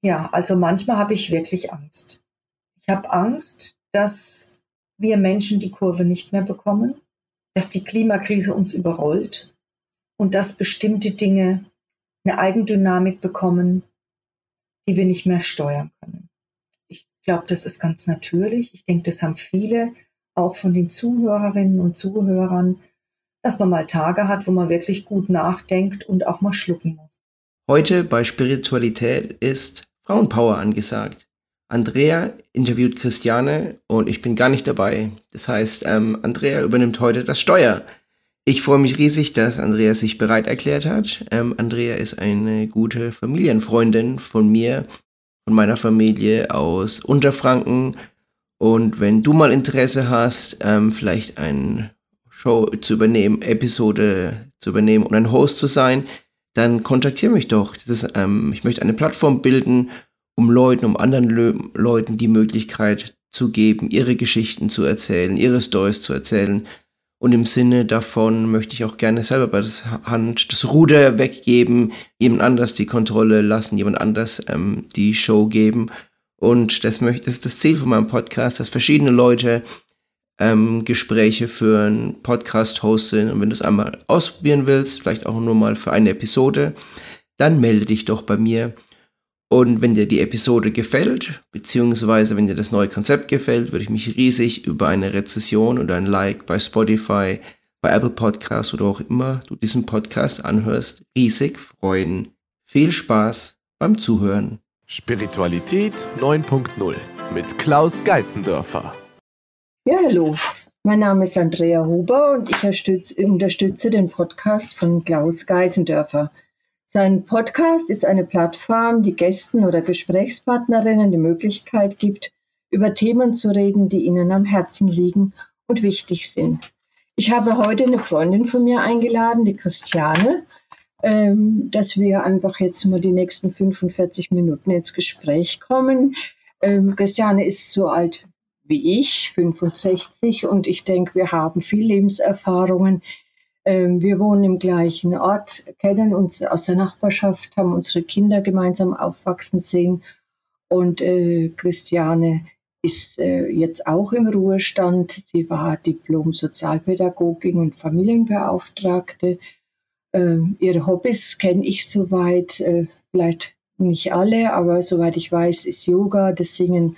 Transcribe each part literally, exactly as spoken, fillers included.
Ja, also manchmal habe ich wirklich Angst. Ich habe Angst, dass wir Menschen die Kurve nicht mehr bekommen, dass die Klimakrise uns überrollt und dass bestimmte Dinge eine Eigendynamik bekommen, die wir nicht mehr steuern können. Ich glaube, das ist ganz natürlich. Ich denke, das haben viele, auch von den Zuhörerinnen und Zuhörern, dass man mal Tage hat, wo man wirklich gut nachdenkt und auch mal schlucken muss. Heute bei Spiritualität ist Frauenpower angesagt. Andrea interviewt Christiane und ich bin gar nicht dabei. Das heißt, ähm, Andrea übernimmt heute das Steuer. Ich freue mich riesig, dass Andrea sich bereit erklärt hat. Ähm, Andrea ist eine gute Familienfreundin von mir, von meiner Familie aus Unterfranken. Und wenn du mal Interesse hast, ähm, vielleicht eine Show zu übernehmen, Episode zu übernehmen und ein Host zu sein, dann kontaktiere mich doch. Das ist, ähm, ich möchte eine Plattform bilden, um Leuten, um anderen Le- Leuten die Möglichkeit zu geben, ihre Geschichten zu erzählen, ihre Storys zu erzählen. Und im Sinne davon möchte ich auch gerne selber bei der Hand das Ruder weggeben, jemand anders die Kontrolle lassen, jemand anders ähm, die Show geben. Und das, möchte, das ist das Ziel von meinem Podcast, dass verschiedene Leute ähm, Gespräche führen, Podcast hosten. Und wenn du es einmal ausprobieren willst, vielleicht auch nur mal für eine Episode, dann melde dich doch bei mir. Und wenn dir die Episode gefällt, beziehungsweise wenn dir das neue Konzept gefällt, würde ich mich riesig über eine Rezession oder ein Like bei Spotify, bei Apple Podcasts oder auch immer du diesen Podcast anhörst, riesig freuen. Viel Spaß beim Zuhören. Spiritualität neun Punkt null mit Klaus Geißendörfer. Ja, hallo. Mein Name ist Andrea Huber und ich unterstütze, unterstütze den Podcast von Klaus Geißendörfer. Sein Podcast ist eine Plattform, die Gästen oder Gesprächspartnerinnen die Möglichkeit gibt, über Themen zu reden, die ihnen am Herzen liegen und wichtig sind. Ich habe heute eine Freundin von mir eingeladen, die Christiane, ähm, dass wir einfach jetzt mal die nächsten fünfundvierzig Minuten ins Gespräch kommen. Ähm, Christiane ist so alt wie ich, fünfundsechzig, und ich denke, wir haben viel Lebenserfahrungen. Wir wohnen im gleichen Ort, kennen uns aus der Nachbarschaft, haben unsere Kinder gemeinsam aufwachsen sehen. Und äh, Christiane ist äh, jetzt auch im Ruhestand. Sie war Diplom-Sozialpädagogin und Familienbeauftragte. Äh, ihre Hobbys kenne ich soweit, äh, vielleicht nicht alle, aber soweit ich weiß, ist Yoga, das Singen.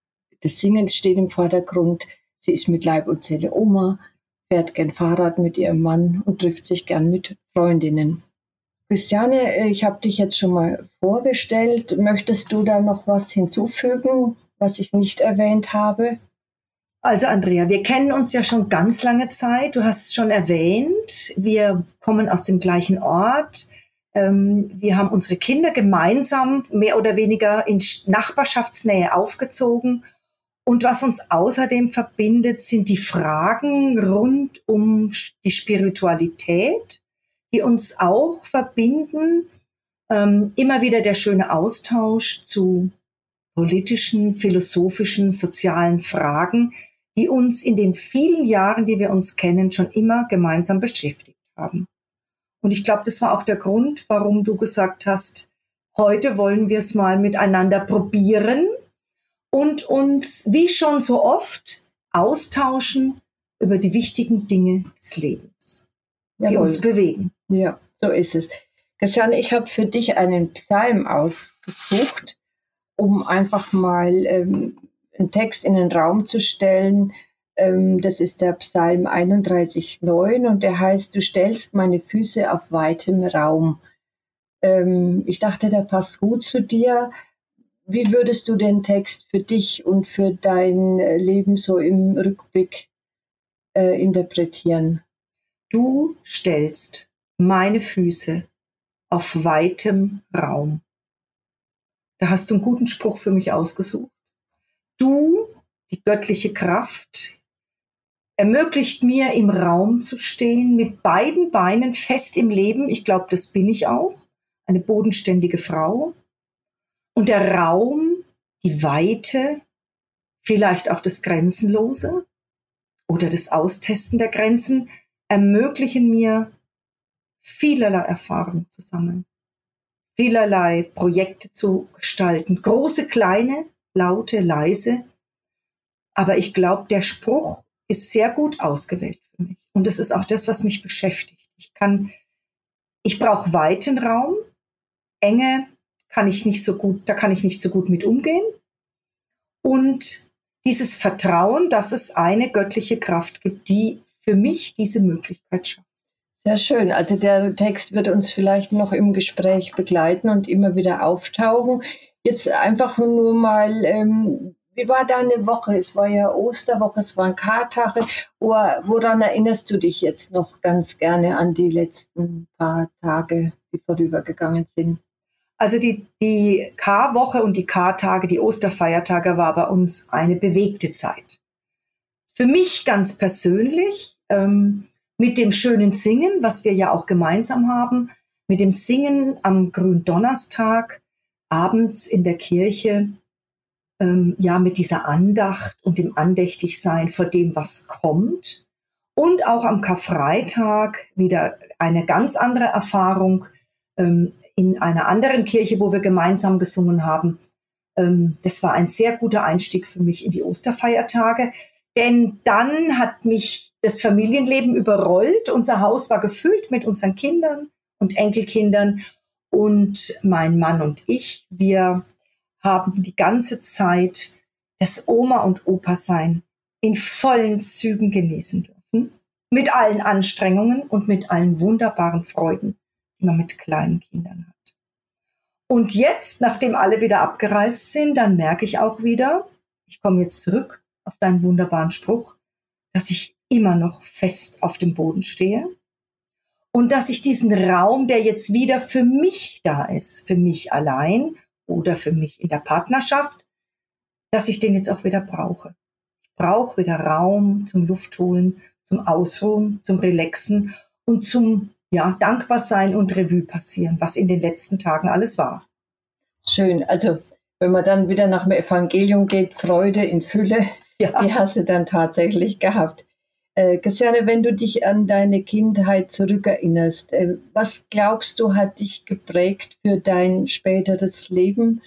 Das Singen steht im Vordergrund. Sie ist mit Leib und Seele Oma, fährt gern Fahrrad mit ihrem Mann und trifft sich gern mit Freundinnen. Christiane, ich habe dich jetzt schon mal vorgestellt. Möchtest du da noch was hinzufügen, was ich nicht erwähnt habe? Also Andrea, wir kennen uns ja schon ganz lange Zeit. Du hast es schon erwähnt. Wir kommen aus dem gleichen Ort. Ähm, wir haben unsere Kinder gemeinsam mehr oder weniger in Nachbarschaftsnähe aufgezogen. Und was uns außerdem verbindet, sind die Fragen rund um die Spiritualität, die uns auch verbinden. Ähm, immer wieder der schöne Austausch zu politischen, philosophischen, sozialen Fragen, die uns in den vielen Jahren, die wir uns kennen, schon immer gemeinsam beschäftigt haben. Und ich glaube, das war auch der Grund, warum du gesagt hast, heute wollen wir es mal miteinander probieren und uns, wie schon so oft, austauschen über die wichtigen Dinge des Lebens, die Jawohl. uns bewegen. Ja, so ist es. Christiane, ich habe für dich einen Psalm ausgesucht, um einfach mal ähm, einen Text in den Raum zu stellen. Ähm, das ist der Psalm einunddreißig neun und der heißt, du stellst meine Füße auf weitem Raum. Ähm, ich dachte, der passt gut zu dir. Wie würdest du den Text für dich und für dein Leben so im Rückblick äh, interpretieren? Du stellst meine Füße auf weitem Raum. Da hast du einen guten Spruch für mich ausgesucht. Du, die göttliche Kraft, ermöglicht mir, im Raum zu stehen, mit beiden Beinen fest im Leben. Ich glaube, das bin ich auch, eine bodenständige Frau. Und der Raum, die Weite, vielleicht auch das Grenzenlose oder das Austesten der Grenzen, ermöglichen mir, vielerlei Erfahrung zu sammeln. vielerlei Projekte zu gestalten. Große, kleine, laute, leise. Aber ich glaube, der Spruch ist sehr gut ausgewählt für mich. Und das ist auch das, was mich beschäftigt. Ich kann, ich brauche weiten Raum. Enge kann ich nicht so gut, da kann ich nicht so gut mit umgehen. Und dieses Vertrauen, dass es eine göttliche Kraft gibt, die für mich diese Möglichkeit schafft. Sehr schön. Also der Text wird uns vielleicht noch im Gespräch begleiten und immer wieder auftauchen. Jetzt einfach nur mal, ähm, wie war deine Woche? Es war ja Osterwoche, es waren Kartage. Woran erinnerst du dich jetzt noch ganz gerne an die letzten paar Tage, die vorübergegangen sind? Also die, die Karwoche und die Kartage, die Osterfeiertage, war bei uns eine bewegte Zeit. Für mich ganz persönlich, ähm, mit dem schönen Singen, was wir ja auch gemeinsam haben, mit dem Singen am Gründonnerstag, abends in der Kirche, ähm, ja, mit dieser Andacht und dem Andächtigsein vor dem, was kommt. Und auch am Karfreitag wieder eine ganz andere Erfahrung, ähm, in einer anderen Kirche, wo wir gemeinsam gesungen haben. Ähm, das war ein sehr guter Einstieg für mich in die Osterfeiertage, denn dann hat mich das Familienleben überrollt. Unser Haus war gefüllt mit unseren Kindern und Enkelkindern und mein Mann und ich, wir haben die ganze Zeit das Oma- und Opa-Sein in vollen Zügen genießen dürfen, mit allen Anstrengungen und mit allen wunderbaren Freuden, die man mit kleinen Kindern hat. Und jetzt, nachdem alle wieder abgereist sind, dann merke ich auch wieder, ich komme jetzt zurück auf deinen wunderbaren Spruch, dass ich immer noch fest auf dem Boden stehe und dass ich diesen Raum, der jetzt wieder für mich da ist, für mich allein oder für mich in der Partnerschaft, dass ich den jetzt auch wieder brauche. Ich brauche wieder Raum zum Luftholen, zum Ausruhen, zum Relaxen und zum ja, dankbar sein und Revue passieren, was in den letzten Tagen alles war. Schön. Also wenn man dann wieder nach dem Evangelium geht, Freude in Fülle, ja. Die hast du dann tatsächlich gehabt. Äh, Christiane, wenn du dich an deine Kindheit zurückerinnerst, äh, was glaubst du, hat dich geprägt für dein späteres Leben?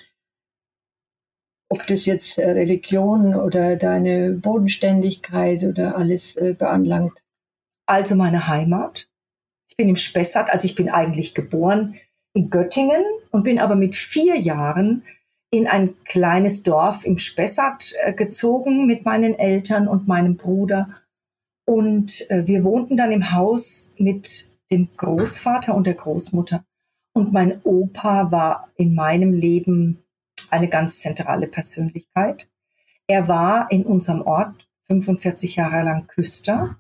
Ob das jetzt äh, Religion oder deine Bodenständigkeit oder alles äh, beanlangt? Also meine Heimat. Ich bin im Spessart, also ich bin eigentlich geboren in Göttingen und bin aber mit vier Jahren in ein kleines Dorf im Spessart äh, gezogen mit meinen Eltern und meinem Bruder. Und äh, wir wohnten dann im Haus mit dem Großvater und der Großmutter. Und mein Opa war in meinem Leben eine ganz zentrale Persönlichkeit. Er war in unserem Ort fünfundvierzig Jahre lang Küster.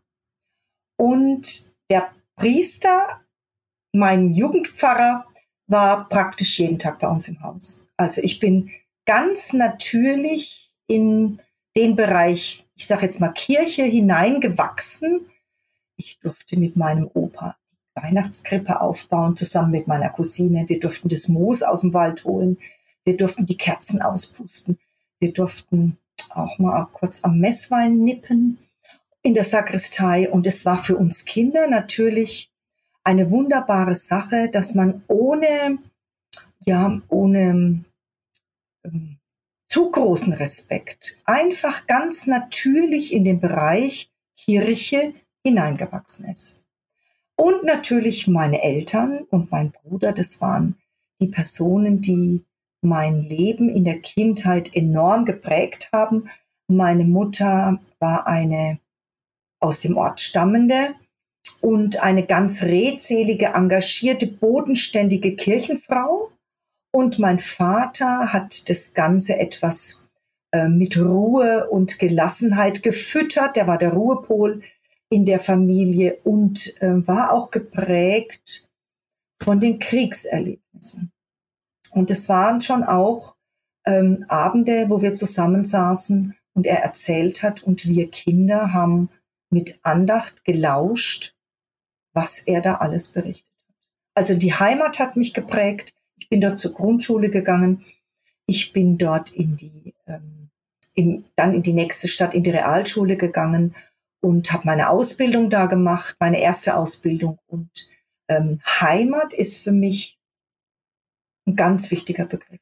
Und der Priester, mein Jugendpfarrer, war praktisch jeden Tag bei uns im Haus. Also ich bin ganz natürlich in den Bereich, ich sage jetzt mal Kirche, hineingewachsen. Ich durfte mit meinem Opa die Weihnachtskrippe aufbauen, zusammen mit meiner Cousine. Wir durften das Moos aus dem Wald holen. Wir durften die Kerzen auspusten. Wir durften auch mal kurz am Messwein nippen in der Sakristei. Und es war für uns Kinder natürlich eine wunderbare Sache, dass man ohne, ja, ohne ähm, zu großen Respekt einfach ganz natürlich in den Bereich Kirche hineingewachsen ist. Und natürlich meine Eltern und mein Bruder, das waren die Personen, die mein Leben in der Kindheit enorm geprägt haben. Meine Mutter war eine aus dem Ort stammende und eine ganz redselige, engagierte, bodenständige Kirchenfrau. Und mein Vater hat das Ganze etwas äh, mit Ruhe und Gelassenheit gefüttert. Der war der Ruhepol in der Familie und äh, war auch geprägt von den Kriegserlebnissen. Und es waren schon auch ähm, Abende, wo wir zusammensaßen und er erzählt hat und wir Kinder haben mit Andacht gelauscht, was er da alles berichtet hat. Also die Heimat hat mich geprägt. Ich bin dort zur Grundschule gegangen. Ich bin dort in die, ähm, in, dann in die nächste Stadt, in die Realschule gegangen und habe meine Ausbildung da gemacht, meine erste Ausbildung. Und ähm, Heimat ist für mich ein ganz wichtiger Begriff.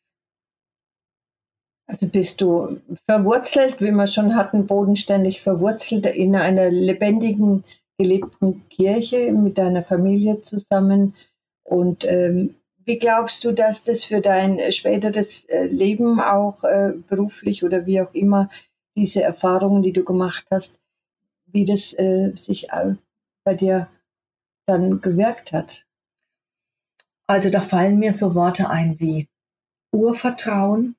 Also bist du verwurzelt, wie wir schon hatten, bodenständig verwurzelt in einer lebendigen, gelebten Kirche mit deiner Familie zusammen. Und ähm, wie glaubst du, dass das für dein späteres Leben auch äh, beruflich oder wie auch immer, diese Erfahrungen, die du gemacht hast, wie das äh, sich äh, bei dir dann gewirkt hat? Also da fallen mir so Worte ein wie Urvertrauen,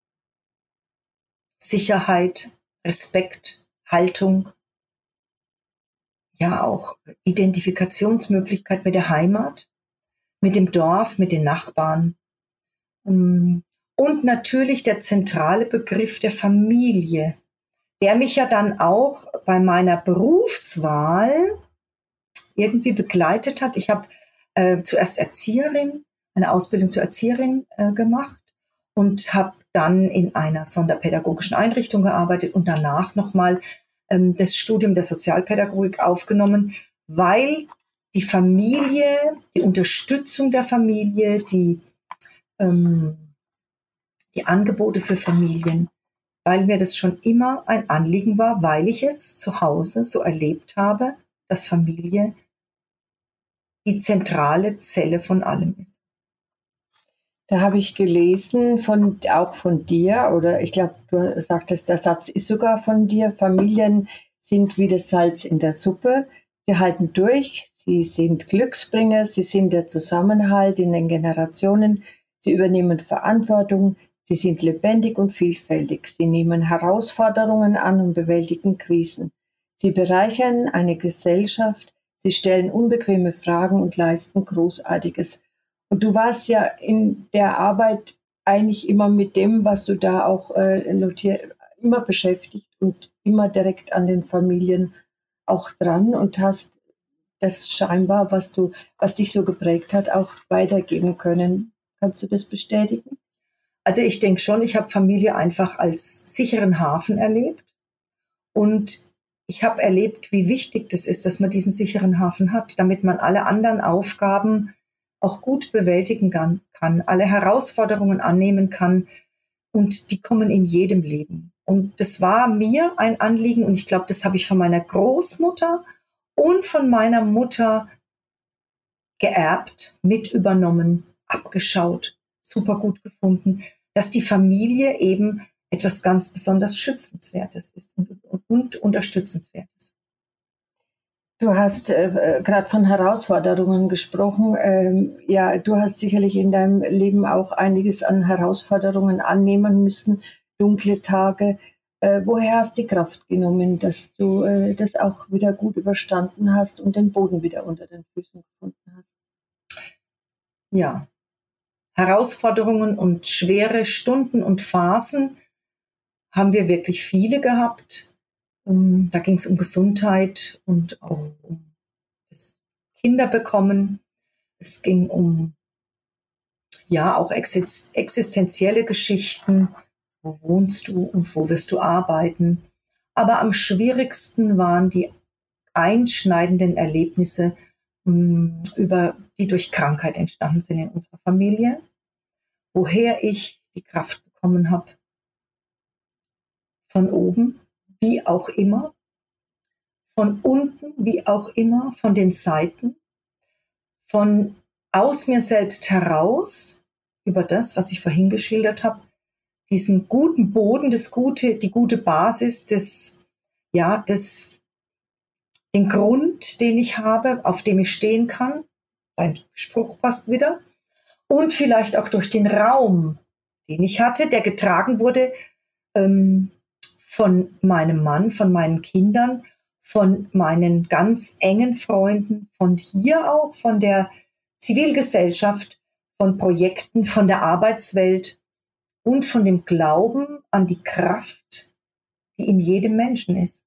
Sicherheit, Respekt, Haltung, ja auch Identifikationsmöglichkeit mit der Heimat, mit dem Dorf, mit den Nachbarn. Und natürlich der zentrale Begriff der Familie, der mich ja dann auch bei meiner Berufswahl irgendwie begleitet hat. Ich habe äh, zuerst Erzieherin, eine Ausbildung zur Erzieherin äh, gemacht und habe dann in einer sonderpädagogischen Einrichtung gearbeitet und danach nochmal ähm, das Studium der Sozialpädagogik aufgenommen, weil die Familie, die Unterstützung der Familie, die, ähm, die Angebote für Familien, weil mir das schon immer ein Anliegen war, weil ich es zu Hause so erlebt habe, dass Familie die zentrale Zelle von allem ist. Da habe ich gelesen, von, auch von dir, oder ich glaube, du sagtest, der Satz ist sogar von dir, Familien sind wie das Salz in der Suppe. Sie halten durch, sie sind Glücksbringer, sie sind der Zusammenhalt in den Generationen, sie übernehmen Verantwortung, sie sind lebendig und vielfältig, sie nehmen Herausforderungen an und bewältigen Krisen. Sie bereichern eine Gesellschaft, sie stellen unbequeme Fragen und leisten Großartiges. Und du warst ja in der Arbeit eigentlich immer mit dem, was du da auch äh, notiert, immer beschäftigt und immer direkt an den Familien auch dran und hast das scheinbar, was du, was dich so geprägt hat, auch weitergeben können. Kannst du das bestätigen? Also ich denke schon, ich habe Familie einfach als sicheren Hafen erlebt und ich habe erlebt, wie wichtig das ist, dass man diesen sicheren Hafen hat, damit man alle anderen Aufgaben auch gut bewältigen kann, alle Herausforderungen annehmen kann und die kommen in jedem Leben. Und das war mir ein Anliegen und ich glaube, das habe ich von meiner Großmutter und von meiner Mutter geerbt, mit übernommen, abgeschaut, super gut gefunden, dass die Familie eben etwas ganz besonders Schützenswertes ist und, und, und Unterstützenswertes. Du hast äh, gerade von Herausforderungen gesprochen. Ähm, ja, du hast sicherlich in deinem Leben auch einiges an Herausforderungen annehmen müssen, dunkle Tage. Äh, woher hast du die Kraft genommen, dass du äh, das auch wieder gut überstanden hast und den Boden wieder unter den Füßen gefunden hast? Ja, Herausforderungen und schwere Stunden und Phasen haben wir wirklich viele gehabt. Um, da ging es um Gesundheit und auch um das Kinderbekommen. Es ging um ja auch exist- existenzielle Geschichten. Wo wohnst du und wo wirst du arbeiten? Aber am schwierigsten waren die einschneidenden Erlebnisse, um, über, die durch Krankheit entstanden sind in unserer Familie. Woher ich die Kraft bekommen habe. Von oben. Wie auch immer, von unten, wie auch immer, von den Seiten, von aus mir selbst heraus, über das, was ich vorhin geschildert habe, diesen guten Boden, das gute, die gute Basis, das, ja, das, den Grund, den ich habe, auf dem ich stehen kann, ein Spruch passt wieder, und vielleicht auch durch den Raum, den ich hatte, der getragen wurde, ähm, von meinem Mann, von meinen Kindern, von meinen ganz engen Freunden, von hier auch, von der Zivilgesellschaft, von Projekten, von der Arbeitswelt und von dem Glauben an die Kraft, die in jedem Menschen ist.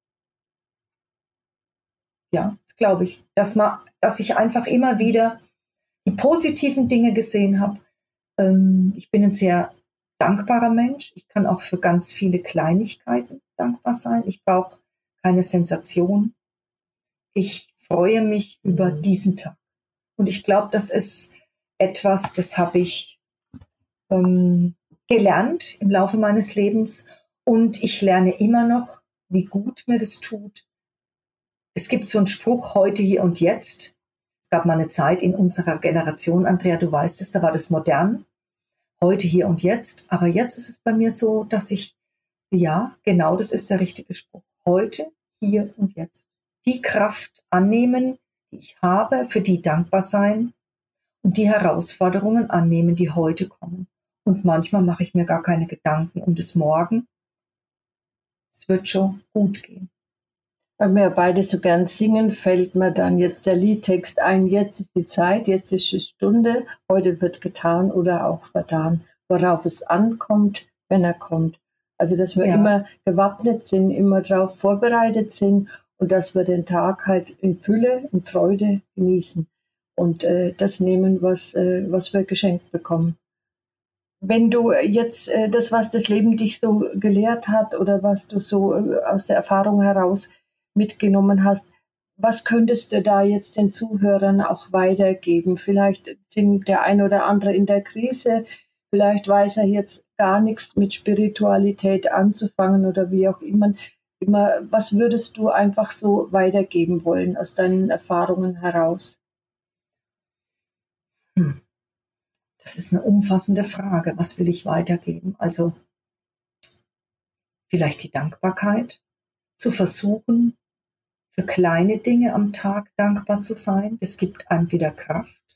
Ja, das glaube ich, dass man, dass ich einfach immer wieder die positiven Dinge gesehen habe. Ähm, ich bin ein sehr dankbarer Mensch. Ich kann auch für ganz viele Kleinigkeiten dankbar sein. Ich brauche keine Sensation. Ich freue mich über diesen Tag. Und ich glaube, das ist etwas, das habe ich ähm, gelernt im Laufe meines Lebens und ich lerne immer noch, wie gut mir das tut. Es gibt so einen Spruch, heute, hier und jetzt. Es gab mal eine Zeit in unserer Generation, Andrea, du weißt es, da war das modern. Heute, hier und jetzt. Aber jetzt ist es bei mir so, dass ich, ja, genau das ist der richtige Spruch. Heute, hier und jetzt. Die Kraft annehmen, die ich habe, für die dankbar sein und die Herausforderungen annehmen, die heute kommen. Und manchmal mache ich mir gar keine Gedanken um das Morgen. Es wird schon gut gehen. Weil wir beide so gern singen, fällt mir dann jetzt der Liedtext ein, jetzt ist die Zeit, jetzt ist die Stunde, heute wird getan oder auch vertan, worauf es ankommt, wenn er kommt. Also dass wir ja. immer gewappnet sind, immer darauf vorbereitet sind und dass wir den Tag halt in Fülle, in Freude genießen und äh, das nehmen, was, äh, was wir geschenkt bekommen. Wenn du jetzt äh, das, was das Leben dich so gelehrt hat oder was du so äh, aus der Erfahrung heraus mitgenommen hast, was könntest du da jetzt den Zuhörern auch weitergeben? Vielleicht sind der ein oder andere in der Krise, vielleicht weiß er jetzt gar nichts mit Spiritualität anzufangen oder wie auch immer. immer. Was würdest du einfach so weitergeben wollen aus deinen Erfahrungen heraus? Hm. Das ist eine umfassende Frage. Was will ich weitergeben? Also vielleicht die Dankbarkeit, zu versuchen, für kleine Dinge am Tag dankbar zu sein. Das gibt einem wieder Kraft.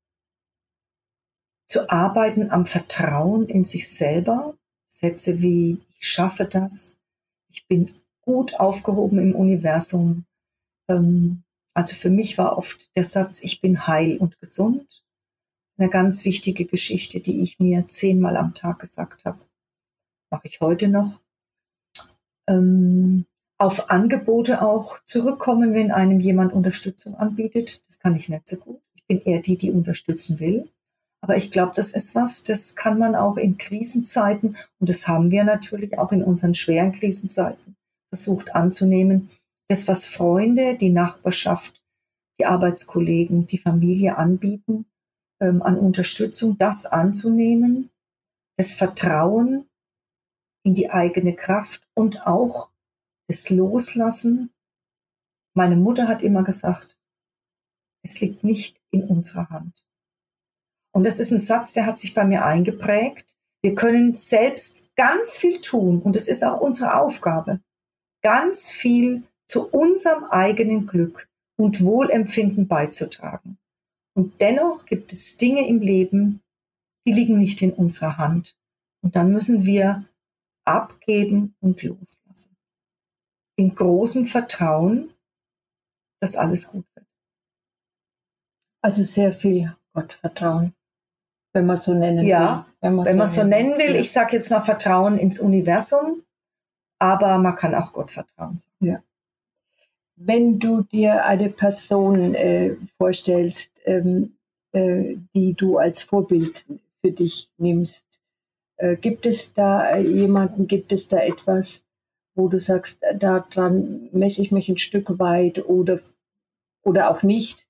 Zu arbeiten am Vertrauen in sich selber. Sätze wie, ich schaffe das, ich bin gut aufgehoben im Universum. Also für mich war oft der Satz, ich bin heil und gesund. Eine ganz wichtige Geschichte, die ich mir zehnmal am Tag gesagt habe. Mache ich heute noch. Ähm, auf Angebote auch zurückkommen, wenn einem jemand Unterstützung anbietet. Das kann ich nicht so gut. Ich bin eher die, die unterstützen will. Aber ich glaube, das ist was, das kann man auch in Krisenzeiten, und das haben wir natürlich auch in unseren schweren Krisenzeiten versucht anzunehmen. Das, was Freunde, die Nachbarschaft, die Arbeitskollegen, die Familie anbieten, ähm, an Unterstützung, das anzunehmen, das Vertrauen in die eigene Kraft und auch das Loslassen. Meine Mutter hat immer gesagt, es liegt nicht in unserer Hand. Und das ist ein Satz, der hat sich bei mir eingeprägt. Wir können selbst ganz viel tun und es ist auch unsere Aufgabe, ganz viel zu unserem eigenen Glück und Wohlempfinden beizutragen. Und dennoch gibt es Dinge im Leben, die liegen nicht in unserer Hand. Und dann müssen wir abgeben und loslassen. In großem Vertrauen, dass alles gut wird. Also sehr viel Gottvertrauen, wenn man so nennen ja, will. Wenn man wenn so man so nennen will. Ja. Ich sage jetzt mal Vertrauen ins Universum, aber man kann auch Gott vertrauen. Ja. Wenn du dir eine Person äh, vorstellst, ähm, äh, die du als Vorbild für dich nimmst, äh, gibt es da äh, jemanden, gibt es da etwas, wo du sagst, daran messe ich mich ein Stück weit oder, oder auch nicht?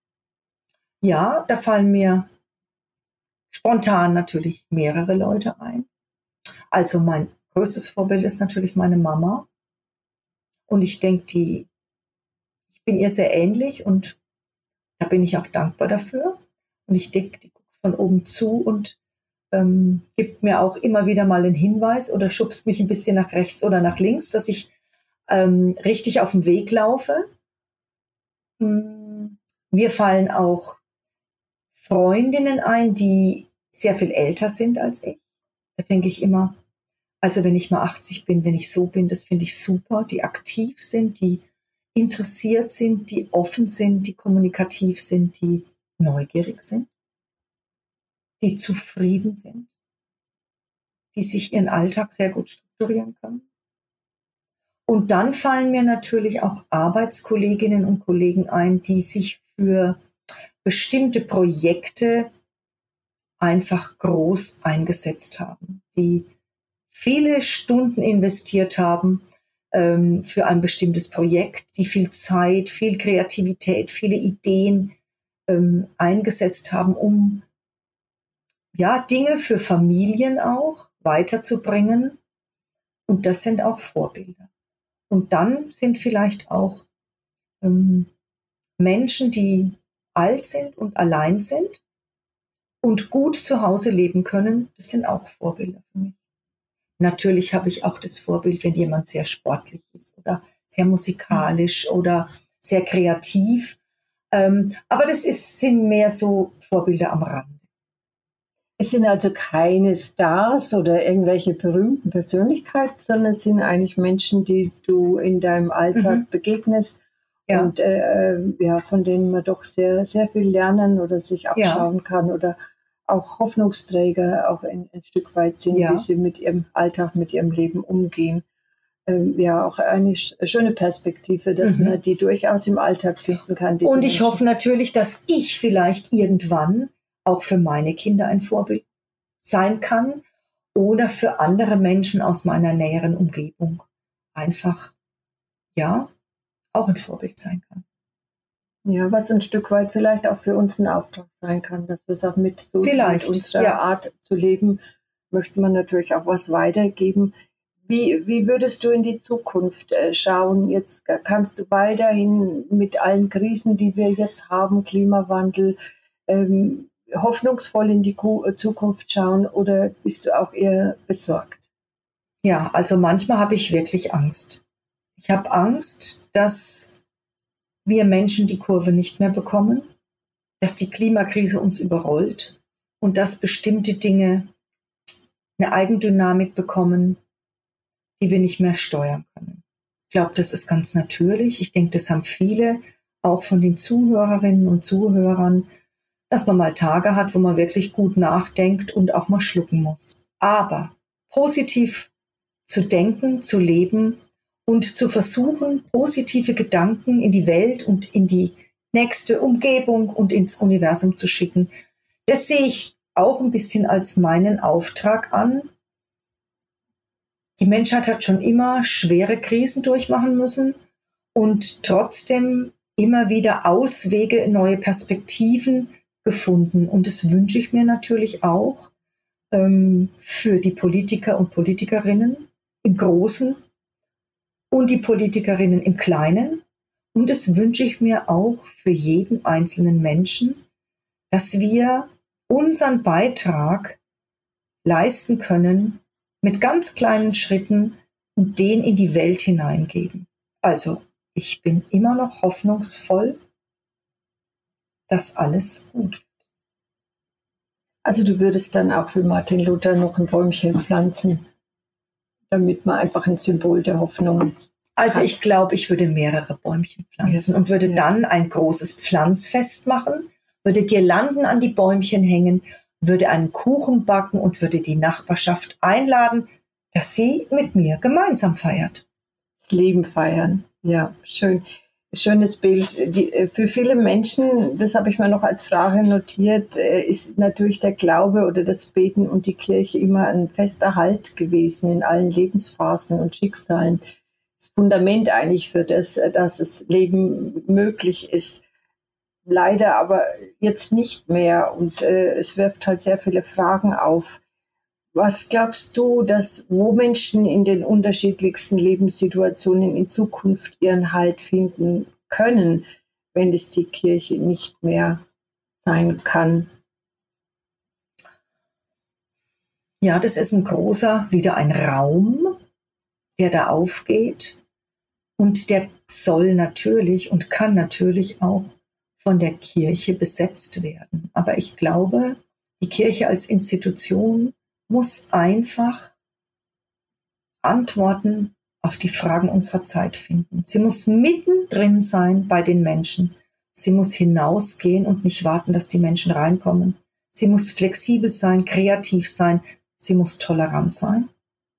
Ja, da fallen mir spontan natürlich mehrere Leute ein. Also mein größtes Vorbild ist natürlich meine Mama. Und ich denke, die, ich bin ihr sehr ähnlich und da bin ich auch dankbar dafür. Und ich denke, die guckt von oben zu und ähm, gibt mir auch immer wieder mal einen Hinweis oder schubst mich ein bisschen nach rechts oder nach links, dass ich ähm, richtig auf dem Weg laufe. Mir fallen auch Freundinnen ein, die sehr viel älter sind als ich. Da denke ich immer, also wenn ich mal achtzig bin, wenn ich so bin, das finde ich super, die aktiv sind, die interessiert sind, die offen sind, die kommunikativ sind, die neugierig sind, die zufrieden sind, die sich ihren Alltag sehr gut strukturieren können. Und dann fallen mir natürlich auch Arbeitskolleginnen und Kollegen ein, die sich für bestimmte Projekte einfach groß eingesetzt haben, die viele Stunden investiert haben ähm, für ein bestimmtes Projekt, die viel Zeit, viel Kreativität, viele Ideen ähm, eingesetzt haben, um ja, Dinge für Familien auch weiterzubringen. Und das sind auch Vorbilder. Und dann sind vielleicht auch ähm, Menschen, die alt sind und allein sind und gut zu Hause leben können, das sind auch Vorbilder für mich. Natürlich habe ich auch das Vorbild, wenn jemand sehr sportlich ist oder sehr musikalisch oder sehr kreativ. Ähm, aber das ist, sind mehr so Vorbilder am Rand. Es sind also keine Stars oder irgendwelche berühmten Persönlichkeiten, sondern es sind eigentlich Menschen, die du in deinem Alltag mhm. begegnest ja. und äh, ja, von denen man doch sehr, sehr viel lernen oder sich abschauen ja. kann oder auch Hoffnungsträger auch ein, ein Stück weit sind, ja. wie sie mit ihrem Alltag, mit ihrem Leben umgehen. Ähm, ja, auch eine sch- schöne Perspektive, dass mhm. man die durchaus im Alltag finden kann. Und ich Menschen. hoffe natürlich, dass ich vielleicht irgendwann auch für meine Kinder ein Vorbild sein kann oder für andere Menschen aus meiner näheren Umgebung einfach, ja, auch ein Vorbild sein kann. Ja, was ein Stück weit vielleicht auch für uns ein Auftrag sein kann, dass wir es auch mit so vielleicht, mit unserer ja. Art zu leben, möchte man natürlich auch was weitergeben. Wie, wie würdest du in die Zukunft äh, schauen? Jetzt kannst du weiterhin mit allen Krisen, die wir jetzt haben, Klimawandel, ähm, hoffnungsvoll in die Zukunft schauen oder bist du auch eher besorgt? Ja, also manchmal habe ich wirklich Angst. Ich habe Angst, dass wir Menschen die Kurve nicht mehr bekommen, dass die Klimakrise uns überrollt und dass bestimmte Dinge eine Eigendynamik bekommen, die wir nicht mehr steuern können. Ich glaube, das ist ganz natürlich. Ich denke, das haben viele, auch von den Zuhörerinnen und Zuhörern, dass man mal Tage hat, wo man wirklich gut nachdenkt und auch mal schlucken muss. Aber positiv zu denken, zu leben und zu versuchen, positive Gedanken in die Welt und in die nächste Umgebung und ins Universum zu schicken, das sehe ich auch ein bisschen als meinen Auftrag an. Die Menschheit hat schon immer schwere Krisen durchmachen müssen und trotzdem immer wieder Auswege, neue Perspektiven gefunden. Und das wünsche ich mir natürlich auch ähm, für die Politiker und Politikerinnen im Großen und die Politikerinnen im Kleinen. Und das wünsche ich mir auch für jeden einzelnen Menschen, dass wir unseren Beitrag leisten können mit ganz kleinen Schritten und den in die Welt hineingeben. Also, ich bin immer noch hoffnungsvoll, dass alles gut wird. Also du würdest dann auch wie Martin Luther noch ein Bäumchen pflanzen, damit man einfach ein Symbol der Hoffnung Also ich glaube, ich würde mehrere Bäumchen pflanzen ja. und würde ja. dann ein großes Pflanzfest machen, würde Girlanden an die Bäumchen hängen, würde einen Kuchen backen und würde die Nachbarschaft einladen, dass sie mit mir gemeinsam feiert. Das Leben feiern, ja, schön. Schönes Bild. Die, für viele Menschen, das habe ich mir noch als Frage notiert, ist natürlich der Glaube oder das Beten und die Kirche immer ein fester Halt gewesen in allen Lebensphasen und Schicksalen. Das Fundament eigentlich für das, dass das Leben möglich ist. Leider aber jetzt nicht mehr und äh, es wirft halt sehr viele Fragen auf. Was glaubst du, dass wo Menschen in den unterschiedlichsten Lebenssituationen in Zukunft ihren Halt finden können, wenn es die Kirche nicht mehr sein kann? Ja, das ist ein großer, wieder ein Raum, der da aufgeht und der soll natürlich und kann natürlich auch von der Kirche besetzt werden. Aber ich glaube, die Kirche als Institution muss einfach Antworten auf die Fragen unserer Zeit finden. Sie muss mittendrin sein bei den Menschen. Sie muss hinausgehen und nicht warten, dass die Menschen reinkommen. Sie muss flexibel sein, kreativ sein. Sie muss tolerant sein.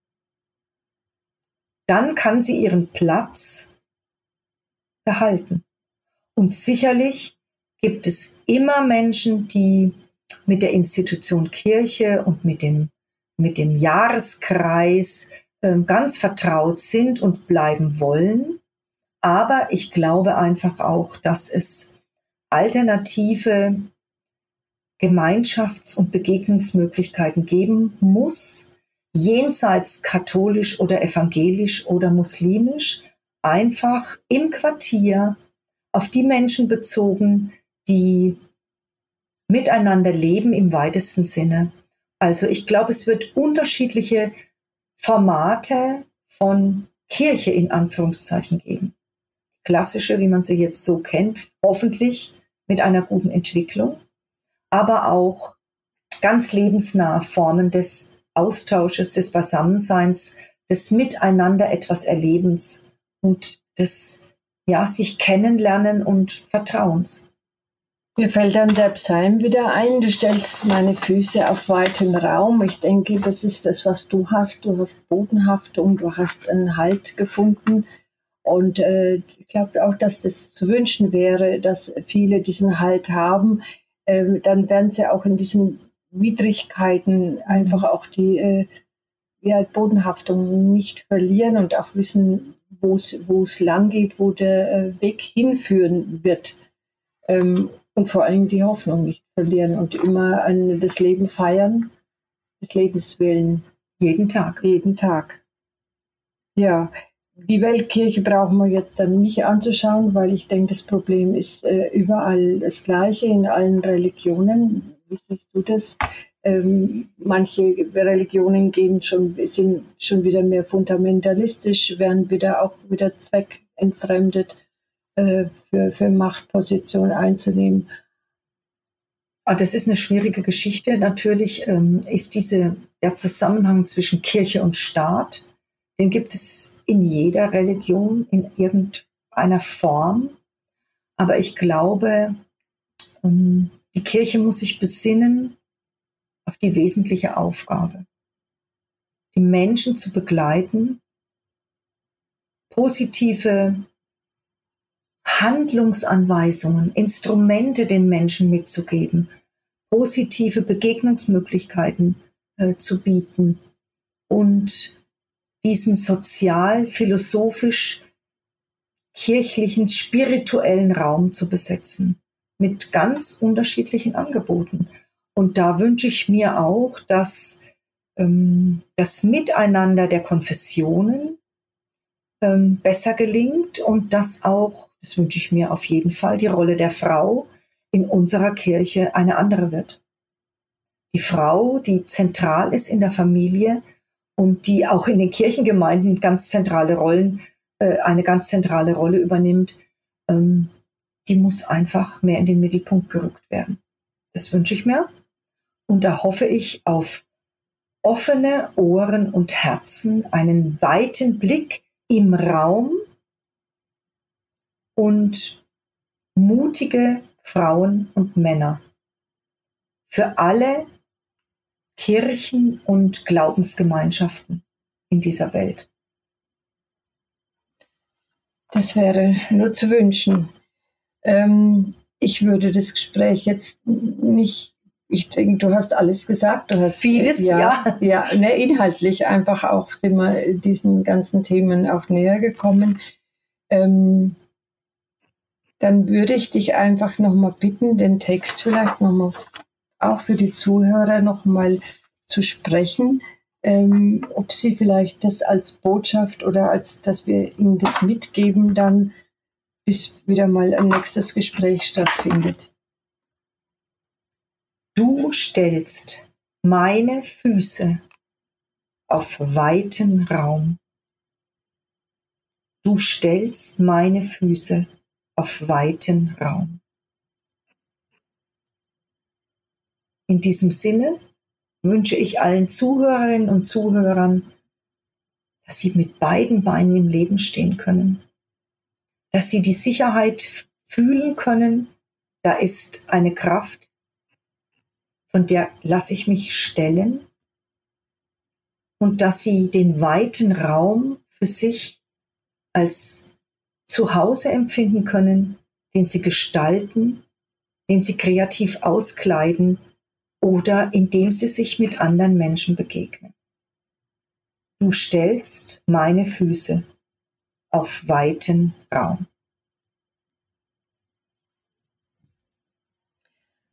Dann kann sie ihren Platz behalten. Und sicherlich gibt es immer Menschen, die mit der Institution Kirche und mit dem, mit dem Jahreskreis äh, ganz vertraut sind und bleiben wollen. Aber ich glaube einfach auch, dass es alternative Gemeinschafts- und Begegnungsmöglichkeiten geben muss, jenseits katholisch oder evangelisch oder muslimisch, einfach im Quartier auf die Menschen bezogen, die miteinander leben im weitesten Sinne. Also ich glaube, es wird unterschiedliche Formate von Kirche in Anführungszeichen geben. Klassische, wie man sie jetzt so kennt, hoffentlich mit einer guten Entwicklung, aber auch ganz lebensnahe Formen des Austausches, des Beisammenseins, des Miteinander etwas Erlebens und des ja, sich kennenlernen und Vertrauens. Mir fällt dann der Psalm wieder ein, du stellst meine Füße auf weitem Raum. Ich denke, das ist das, was du hast. Du hast Bodenhaftung, du hast einen Halt gefunden. Und äh, ich glaube auch, dass das zu wünschen wäre, dass viele diesen Halt haben. Äh, dann werden sie auch in diesen Widrigkeiten einfach auch die äh, ja, Bodenhaftung nicht verlieren und auch wissen, wo es lang geht, wo der äh, Weg hinführen wird. Ähm, und vor allem die Hoffnung nicht verlieren und immer ein, das Leben feiern, des Lebens willen. Jeden Tag. Jeden Tag. Ja, die Weltkirche brauchen wir jetzt dann nicht anzuschauen, weil ich denke, das Problem ist äh, überall das Gleiche, in allen Religionen. Wie siehst du das? Ähm, manche Religionen gehen schon, sind schon wieder mehr fundamentalistisch, werden wieder auch wieder zweckentfremdet, äh, für, für Machtpositionen einzunehmen. Das ist eine schwierige Geschichte. Natürlich ähm, ist diese, der Zusammenhang zwischen Kirche und Staat, den gibt es in jeder Religion in irgendeiner Form. Aber ich glaube, ähm, die Kirche muss sich besinnen auf die wesentliche Aufgabe, die Menschen zu begleiten, positive Handlungsanweisungen, Instrumente den Menschen mitzugeben, positive Begegnungsmöglichkeiten äh, zu bieten und diesen sozial, philosophisch, kirchlichen, spirituellen Raum zu besetzen mit ganz unterschiedlichen Angeboten. Und da wünsche ich mir auch, dass ähm, das Miteinander der Konfessionen ähm, besser gelingt und dass auch, das wünsche ich mir auf jeden Fall, die Rolle der Frau in unserer Kirche eine andere wird. Die Frau, die zentral ist in der Familie und die auch in den Kirchengemeinden ganz zentrale Rollen, äh, eine ganz zentrale Rolle übernimmt, ähm, die muss einfach mehr in den Mittelpunkt gerückt werden. Das wünsche ich mir. Und da hoffe ich auf offene Ohren und Herzen, einen weiten Blick im Raum und mutige Frauen und Männer für alle Kirchen und Glaubensgemeinschaften in dieser Welt. Das wäre nur zu wünschen. Ähm, ich würde das Gespräch jetzt nicht, ich denke, du hast alles gesagt. Du hast vieles, ja. Ja, ja ne, inhaltlich einfach auch sind wir diesen ganzen Themen auch näher gekommen. Ähm, dann würde ich dich einfach nochmal bitten, den Text vielleicht nochmal auch für die Zuhörer nochmal zu sprechen, ähm, ob sie vielleicht das als Botschaft oder als, dass wir ihnen das mitgeben, dann bis wieder mal ein nächstes Gespräch stattfindet. Du stellst meine Füße auf weiten Raum. Du stellst meine Füße auf weiten Raum. In diesem Sinne wünsche ich allen Zuhörerinnen und Zuhörern, dass sie mit beiden Beinen im Leben stehen können, dass sie die Sicherheit fühlen können, da ist eine Kraft, von der lasse ich mich stellen, und dass sie den weiten Raum für sich als Zuhause empfinden können, den sie gestalten, den sie kreativ auskleiden oder indem sie sich mit anderen Menschen begegnen. Du stellst meine Füße auf weiten Raum.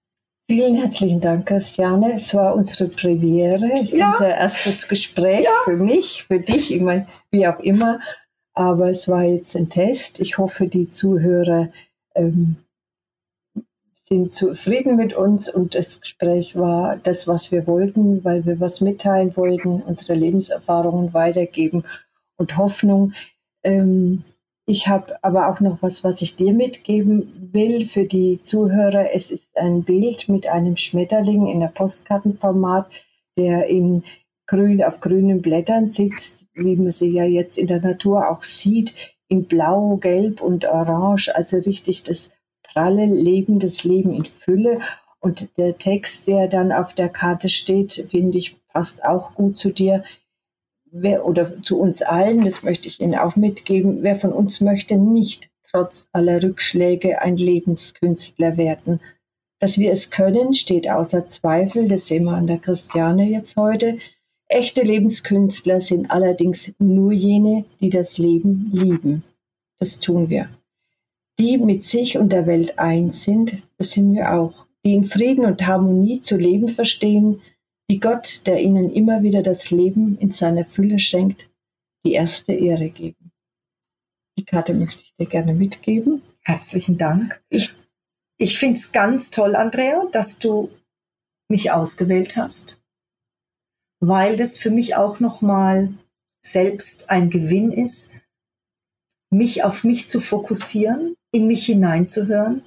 Vielen herzlichen Dank, Christiane. Es war unsere Premiere, ja. unser erstes Gespräch ja. für mich, für dich, ich meine, wie auch immer. Aber es war jetzt ein Test. Ich hoffe, die Zuhörer ähm, sind zufrieden mit uns und das Gespräch war das, was wir wollten, weil wir was mitteilen wollten, unsere Lebenserfahrungen weitergeben und Hoffnung. Ähm, Ich habe aber auch noch was, was ich dir mitgeben will für die Zuhörer. Es ist ein Bild mit einem Schmetterling in der Postkartenformat, der in grün, auf grünen Blättern sitzt, wie man sie ja jetzt in der Natur auch sieht, in Blau, Gelb und Orange, also richtig das pralle Leben, das Leben in Fülle. Und der Text, der dann auf der Karte steht, finde ich, passt auch gut zu dir. Wer, oder zu uns allen, das möchte ich Ihnen auch mitgeben, wer von uns möchte nicht trotz aller Rückschläge ein Lebenskünstler werden. Dass wir es können, steht außer Zweifel, das sehen wir an der Christiane jetzt heute. Echte Lebenskünstler sind allerdings nur jene, die das Leben lieben. Das tun wir. Die mit sich und der Welt eins sind, das sind wir auch. Die in Frieden und Harmonie zu leben verstehen, die Gott, der ihnen immer wieder das Leben in seiner Fülle schenkt, die erste Ehre geben. Die Karte möchte ich dir gerne mitgeben. Herzlichen Dank. Ich, ich finde es ganz toll, Andrea, dass du mich ausgewählt hast, weil das für mich auch nochmal selbst ein Gewinn ist, mich auf mich zu fokussieren, in mich hineinzuhören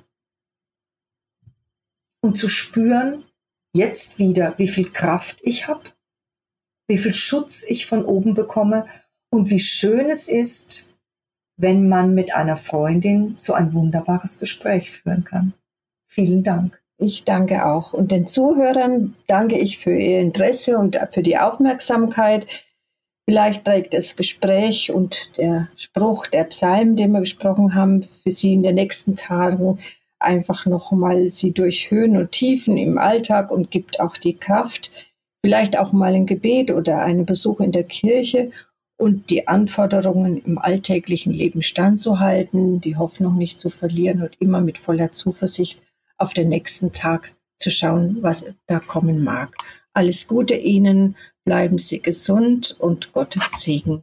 und zu spüren, jetzt wieder, wie viel Kraft ich habe, wie viel Schutz ich von oben bekomme und wie schön es ist, wenn man mit einer Freundin so ein wunderbares Gespräch führen kann. Vielen Dank. Ich danke auch. Und den Zuhörern danke ich für ihr Interesse und für die Aufmerksamkeit. Vielleicht trägt das Gespräch und der Spruch, der Psalm, den wir gesprochen haben, für Sie in den nächsten Tagen einfach nochmal Sie durch Höhen und Tiefen im Alltag und gibt auch die Kraft, vielleicht auch mal ein Gebet oder einen Besuch in der Kirche und die Anforderungen im alltäglichen Leben standzuhalten, die Hoffnung nicht zu verlieren und immer mit voller Zuversicht auf den nächsten Tag zu schauen, was da kommen mag. Alles Gute Ihnen, bleiben Sie gesund und Gottes Segen.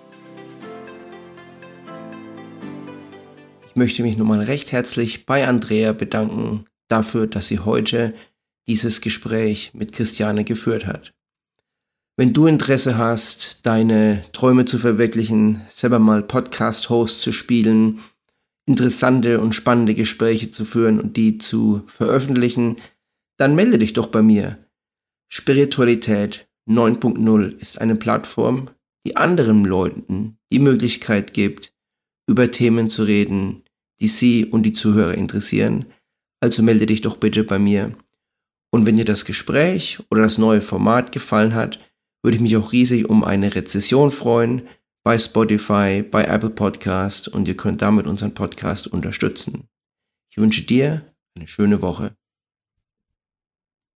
Ich möchte mich nochmal recht herzlich bei Andrea bedanken dafür, dass sie heute dieses Gespräch mit Christiane geführt hat. Wenn du Interesse hast, deine Träume zu verwirklichen, selber mal Podcast-Host zu spielen, interessante und spannende Gespräche zu führen und die zu veröffentlichen, dann melde dich doch bei mir. Spiritualität neun Punkt null ist eine Plattform, die anderen Leuten die Möglichkeit gibt, über Themen zu reden, die sie und die Zuhörer interessieren. Also melde dich doch bitte bei mir. Und wenn dir das Gespräch oder das neue Format gefallen hat, würde ich mich auch riesig um eine Rezession freuen bei Spotify, bei Apple Podcast und ihr könnt damit unseren Podcast unterstützen. Ich wünsche dir eine schöne Woche.